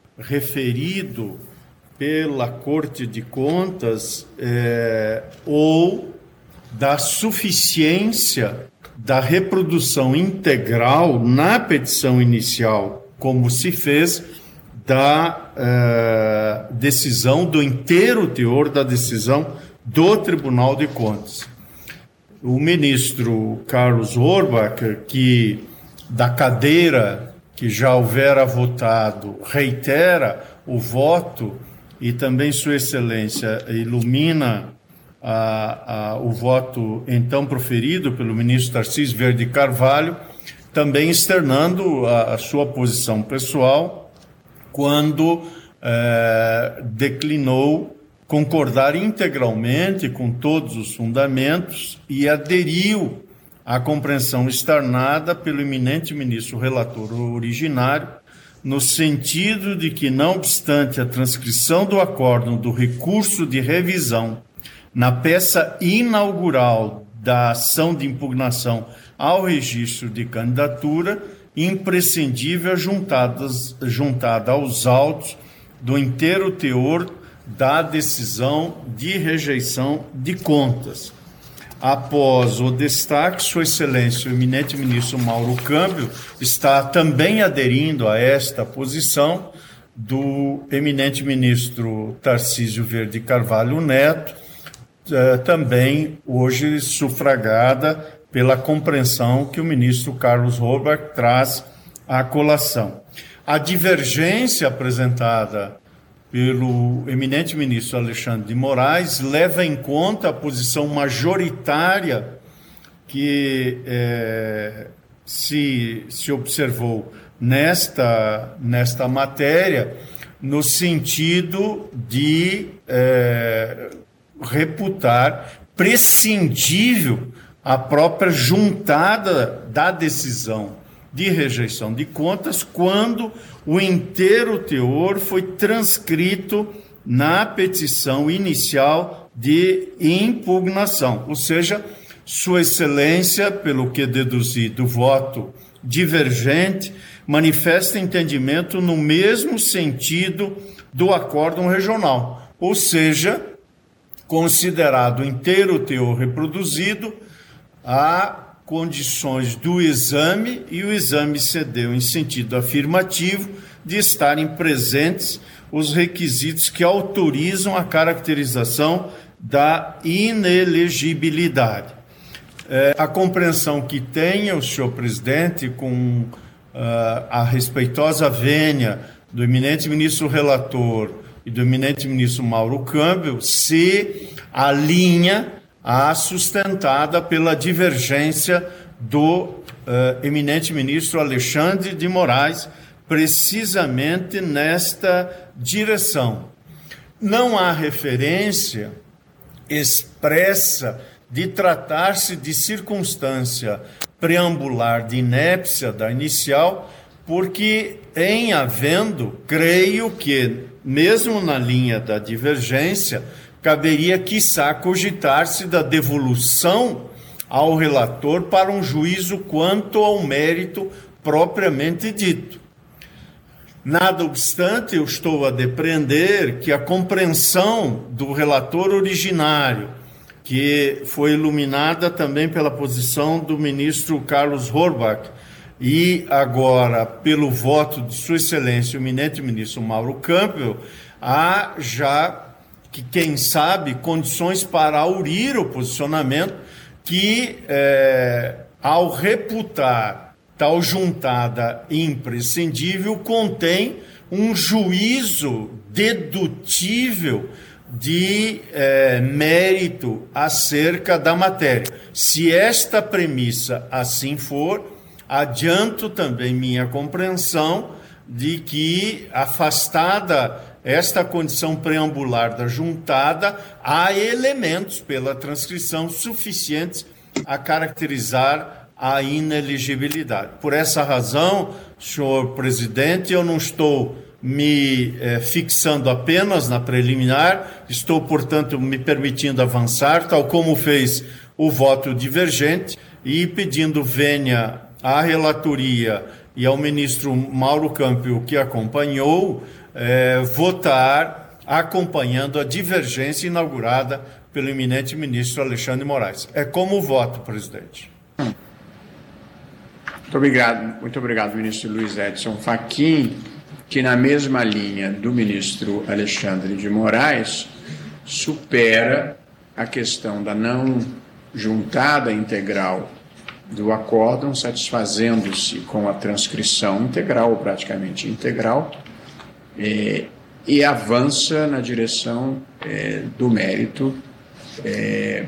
H: referido pela Corte de Contas eh, ou da suficiência da reprodução integral na petição inicial, como se fez da eh, decisão, do inteiro teor da decisão do Tribunal de Contas. O ministro Carlos Horbach, que da cadeira que já houvera votado, reitera o voto e também Sua Excelência ilumina a, a, o voto então proferido pelo ministro Tarcísio Verde Carvalho, também externando a, a sua posição pessoal quando eh, declinou concordar integralmente com todos os fundamentos e aderiu à compreensão externada pelo eminente ministro relator originário, no sentido de que, não obstante a transcrição do acórdão do recurso de revisão na peça inaugural da ação de impugnação ao registro de candidatura, imprescindível juntadas, juntada aos autos do inteiro teor da decisão de rejeição de contas. Após o destaque, Sua Excelência, o eminente ministro Mauro Campbell, está também aderindo a esta posição do eminente ministro Tarcísio Verde Carvalho Neto, eh, também hoje sufragada pela compreensão que o ministro Carlos Horbach traz à colação. A divergência apresentada pelo eminente ministro Alexandre de Moraes leva em conta a posição majoritária que eh, se, se observou nesta, nesta matéria, no sentido de eh, reputar prescindível a própria juntada da decisão de rejeição de contas quando o inteiro teor foi transcrito na petição inicial de impugnação. Ou seja, Sua Excelência, pelo que deduzi do voto divergente, manifesta entendimento no mesmo sentido do acórdão regional. Ou seja, considerado o inteiro teor reproduzido, a condições do exame, e o exame cedeu em sentido afirmativo de estarem presentes os requisitos que autorizam a caracterização da inelegibilidade. É, a compreensão que tenha o senhor presidente com uh, a respeitosa vênia do eminente ministro relator e do eminente ministro Mauro Campbell se alinha a sustentada pela divergência do uh, eminente ministro Alexandre de Moraes, precisamente nesta direção. Não há referência expressa de tratar-se de circunstância preambular de inépcia da inicial, porque, em havendo, creio que, mesmo na linha da divergência, caberia, quiçá, cogitar-se da devolução ao relator para um juízo quanto ao mérito propriamente dito. Nada obstante, eu estou a depreender que a compreensão do relator originário, que foi iluminada também pela posição do ministro Carlos Horbach e agora pelo voto de Sua Excelência, o eminente ministro Mauro Campbell, há já que, quem sabe, condições para aurir o posicionamento que, é, ao reputar tal juntada imprescindível, contém um juízo dedutível de é, mérito acerca da matéria. Se esta premissa assim for, adianto também minha compreensão de que, afastada esta condição preambular da juntada, há elementos pela transcrição suficientes a caracterizar a ineligibilidade. Por essa razão, senhor presidente, eu não estou me eh, fixando apenas na preliminar, estou, portanto, me permitindo avançar, tal como fez o voto divergente, e pedindo vênia à relatoria e ao ministro Mauro Campbell, que acompanhou, eh, votar acompanhando a divergência inaugurada pelo eminente ministro Alexandre de Moraes. É como voto, presidente.
C: Muito obrigado, muito obrigado, ministro Luiz Edson Fachin, que, na mesma linha do ministro Alexandre de Moraes, supera a questão da não juntada integral do acórdão, satisfazendo-se com a transcrição integral, ou praticamente integral, eh, e avança na direção eh, do mérito eh,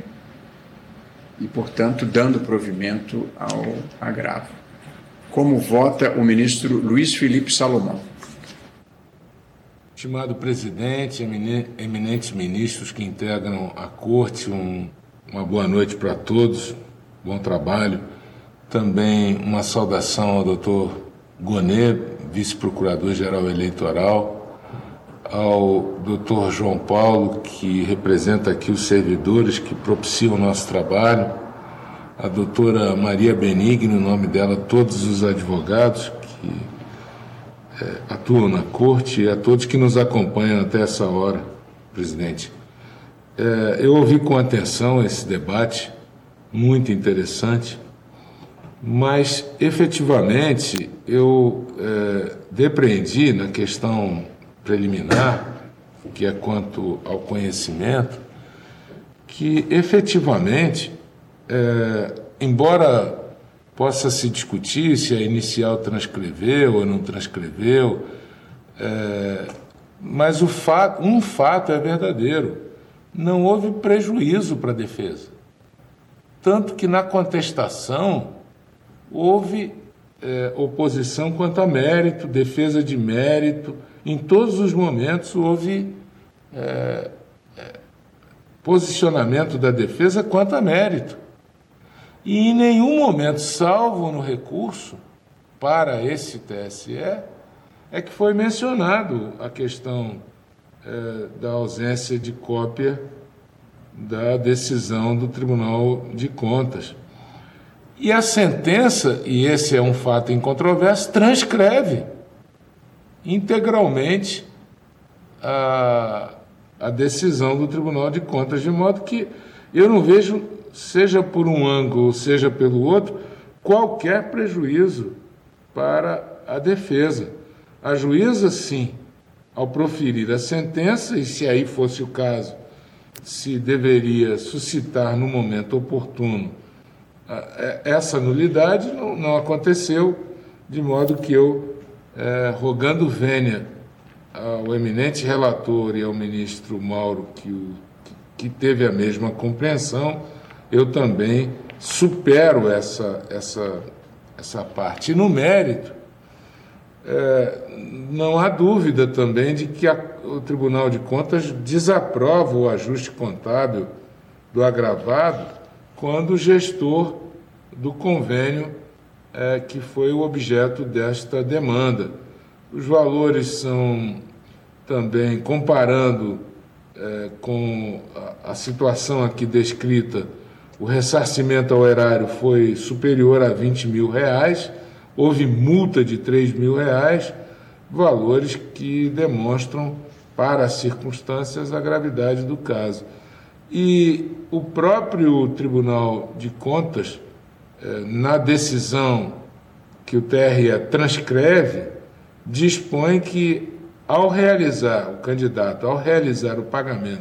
C: e, portanto, dando provimento ao agravo. Como vota o ministro Luiz Felipe Salomão?
I: Estimado presidente, eminentes ministros que integram a corte, um, uma boa noite para todos, bom trabalho. Também uma saudação ao doutor Gonet, vice-procurador-geral eleitoral, ao doutor João Paulo, que representa aqui os servidores que propiciam o nosso trabalho, a doutora Maria Benigni, no nome dela, todos os advogados que é, atuam na corte, e a todos que nos acompanham até essa hora, presidente. É, eu ouvi com atenção esse debate, muito interessante, mas, efetivamente, eu é, depreendi na questão preliminar, que é quanto ao conhecimento, que, efetivamente, é, embora possa se discutir se a inicial transcreveu ou não transcreveu, é, mas o fato, um fato é verdadeiro: não houve prejuízo para a defesa. Tanto que na contestação houve é, oposição quanto a mérito, defesa de mérito, em todos os momentos houve é, é, posicionamento da defesa quanto a mérito. E em nenhum momento, salvo no recurso para esse T S E, é que foi mencionado a questão é, da ausência de cópia da decisão do Tribunal de Contas. E a sentença, e esse é um fato incontroverso, transcreve integralmente a, a decisão do Tribunal de Contas, de modo que eu não vejo, seja por um ângulo, seja pelo outro, qualquer prejuízo para a defesa. A juíza, sim, ao proferir a sentença, e se aí fosse o caso, se deveria suscitar no momento oportuno essa nulidade, não, não aconteceu, de modo que eu, é, rogando vênia ao eminente relator e ao ministro Mauro, que, o, que teve a mesma compreensão, eu também supero essa, essa, essa parte. E no mérito, é, não há dúvida também de que a, o Tribunal de Contas desaprova o ajuste contábil do agravado quando o gestor do convênio é, que foi o objeto desta demanda. Os valores são também, comparando é, com a, a situação aqui descrita, o ressarcimento ao erário foi superior a vinte mil reais, houve multa de três mil reais, valores que demonstram, para as circunstâncias, a gravidade do caso. E o próprio Tribunal de Contas, na decisão que o T R E transcreve, dispõe que, ao realizar, o candidato, ao realizar o pagamento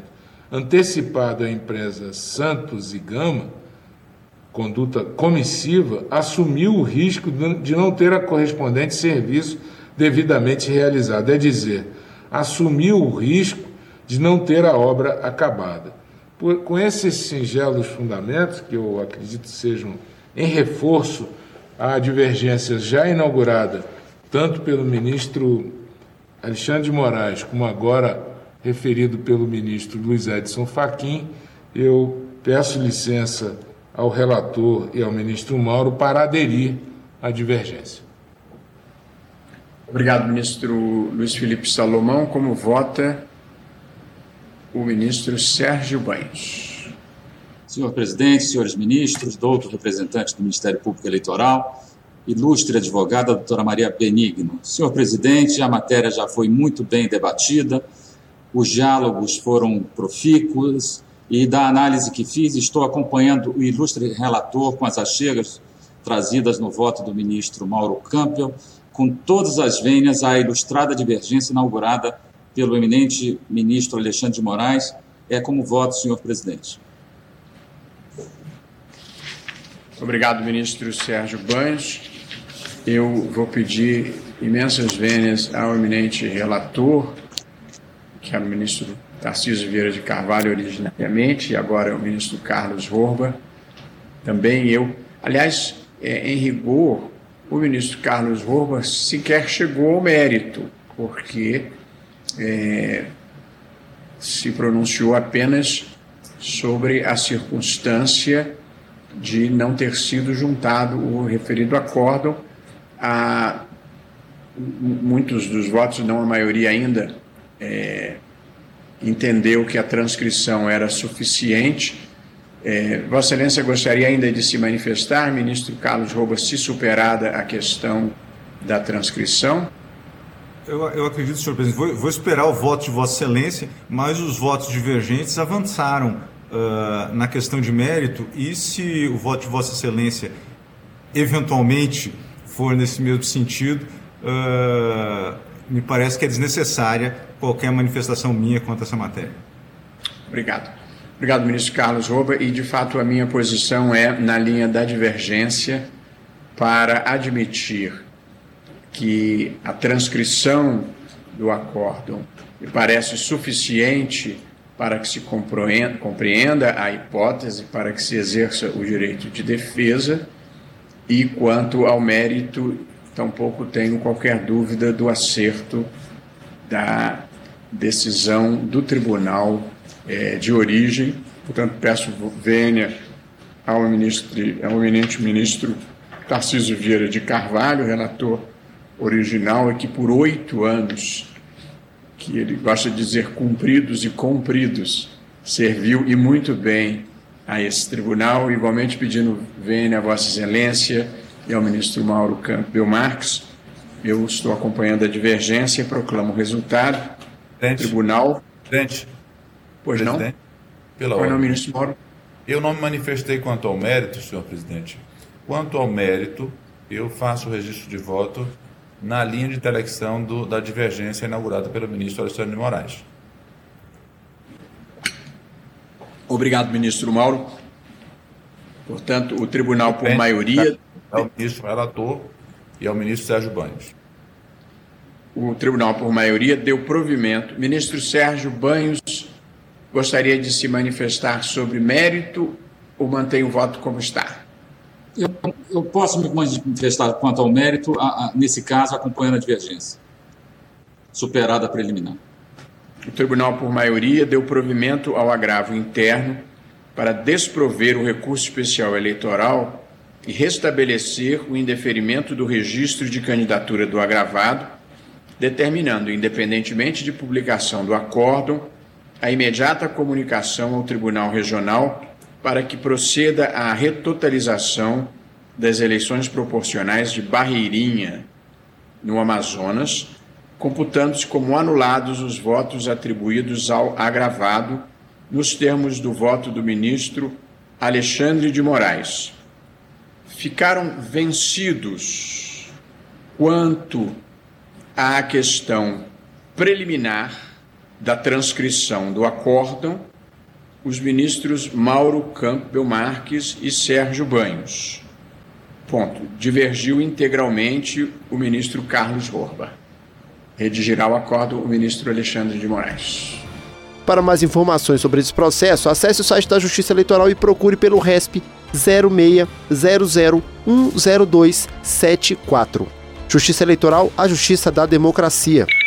I: antecipado à empresa Santos e Gama, conduta comissiva, assumiu o risco de não ter a correspondente serviço devidamente realizado, é dizer, assumiu o risco de não ter a obra acabada. Por, com esses singelos fundamentos, que eu acredito sejam em reforço à divergência já inaugurada, tanto pelo ministro Alexandre de Moraes, como agora referido pelo ministro Luiz Edson Fachin, eu peço licença ao relator e ao ministro Mauro para aderir à divergência.
C: Obrigado, ministro Luiz Felipe Salomão. Como vota o ministro Sérgio Banhos?
J: Senhor presidente, senhores ministros, doutor representante do Ministério Público Eleitoral, ilustre advogada, doutora Maria Benigno. Senhor presidente, a matéria já foi muito bem debatida, os diálogos foram profícuos e, da análise que fiz, estou acompanhando o ilustre relator com as achegas trazidas no voto do ministro Mauro Campbell, com todas as vênias à ilustrada divergência inaugurada pelo eminente ministro Alexandre de Moraes. É como voto, senhor presidente.
C: Obrigado, ministro Sérgio Banhos. Eu vou pedir imensas vênias ao eminente relator, que era o ministro Tarcísio Vieira de Carvalho originariamente, e agora é o ministro Carlos Horba. Também eu, aliás, é, em rigor, o ministro Carlos Horba sequer chegou ao mérito, porque é, se pronunciou apenas sobre a circunstância de não ter sido juntado o referido acórdão. A, muitos dos votos, não a maioria ainda, é, entendeu que a transcrição era suficiente. É, Vossa Excelência gostaria ainda de se manifestar, ministro Carlos Horba, se superada a questão da transcrição?
D: Eu, eu acredito, senhor presidente, vou, vou esperar o voto de Vossa Excelência, mas os votos divergentes avançaram uh, na questão de mérito, e se o voto de Vossa Excelência eventualmente for nesse mesmo sentido, uh, me parece que é desnecessária qualquer manifestação minha quanto a essa matéria.
C: Obrigado. Obrigado, ministro Carlos Horba. E, de fato, a minha posição é na linha da divergência para admitir que a transcrição do acórdão me parece suficiente para que se compreenda a hipótese, para que se exerça o direito de defesa, e, quanto ao mérito, tampouco tenho qualquer dúvida do acerto da decisão do tribunal é, de origem. Portanto, peço vênia ao, ministro, ao eminente ministro Tarcísio Vieira de Carvalho, relator original, e que por oito anos, que ele gosta de dizer cumpridos e compridos, serviu e muito bem a esse tribunal, igualmente pedindo vênia a Vossa Excelência e ao ministro Mauro Campbell Marques. Eu estou acompanhando a divergência e proclamo o resultado.
F: Presidente,
C: Tribunal.
F: Presidente.
C: Pois
F: presidente,
C: não?
F: Pela
C: Pois
F: ordem.
C: não, ministro Mauro?
F: Eu não me manifestei quanto ao mérito, senhor presidente. Quanto ao mérito, eu faço o registro de voto na linha de intelecção do, da divergência inaugurada pelo ministro Alexandre de Moraes.
C: Obrigado, ministro Mauro. Portanto, o tribunal, por
F: Depende,
C: maioria...
F: Ao ministro relator e ao ministro Sérgio Banhos.
C: O tribunal, por maioria, deu provimento. Ministro Sérgio Banhos gostaria de se manifestar sobre mérito ou mantém o voto como está?
J: Eu, eu posso me manifestar quanto ao mérito, a, a, nesse caso, acompanhando a divergência, superada a preliminar.
C: O tribunal, por maioria, deu provimento ao agravo interno para desprover o recurso especial eleitoral e restabelecer o indeferimento do registro de candidatura do agravado, determinando, independentemente de publicação do acórdão, a imediata comunicação ao Tribunal Regional para que proceda à retotalização das eleições proporcionais de Barreirinha, no Amazonas, computando-se como anulados os votos atribuídos ao agravado, nos termos do voto do ministro Alexandre de Moraes. Ficaram vencidos quanto à questão preliminar da transcrição do acórdão os ministros Mauro Campbell Marques e Sérgio Banhos. Ponto. Divergiu integralmente o ministro Carlos Horba. Redigirá o acordo o ministro Alexandre de Moraes.
B: Para mais informações sobre esse processo, acesse o site da Justiça Eleitoral e procure pelo R E S P zero seis zero zero um zero dois sete quatro. Justiça Eleitoral, a justiça da democracia.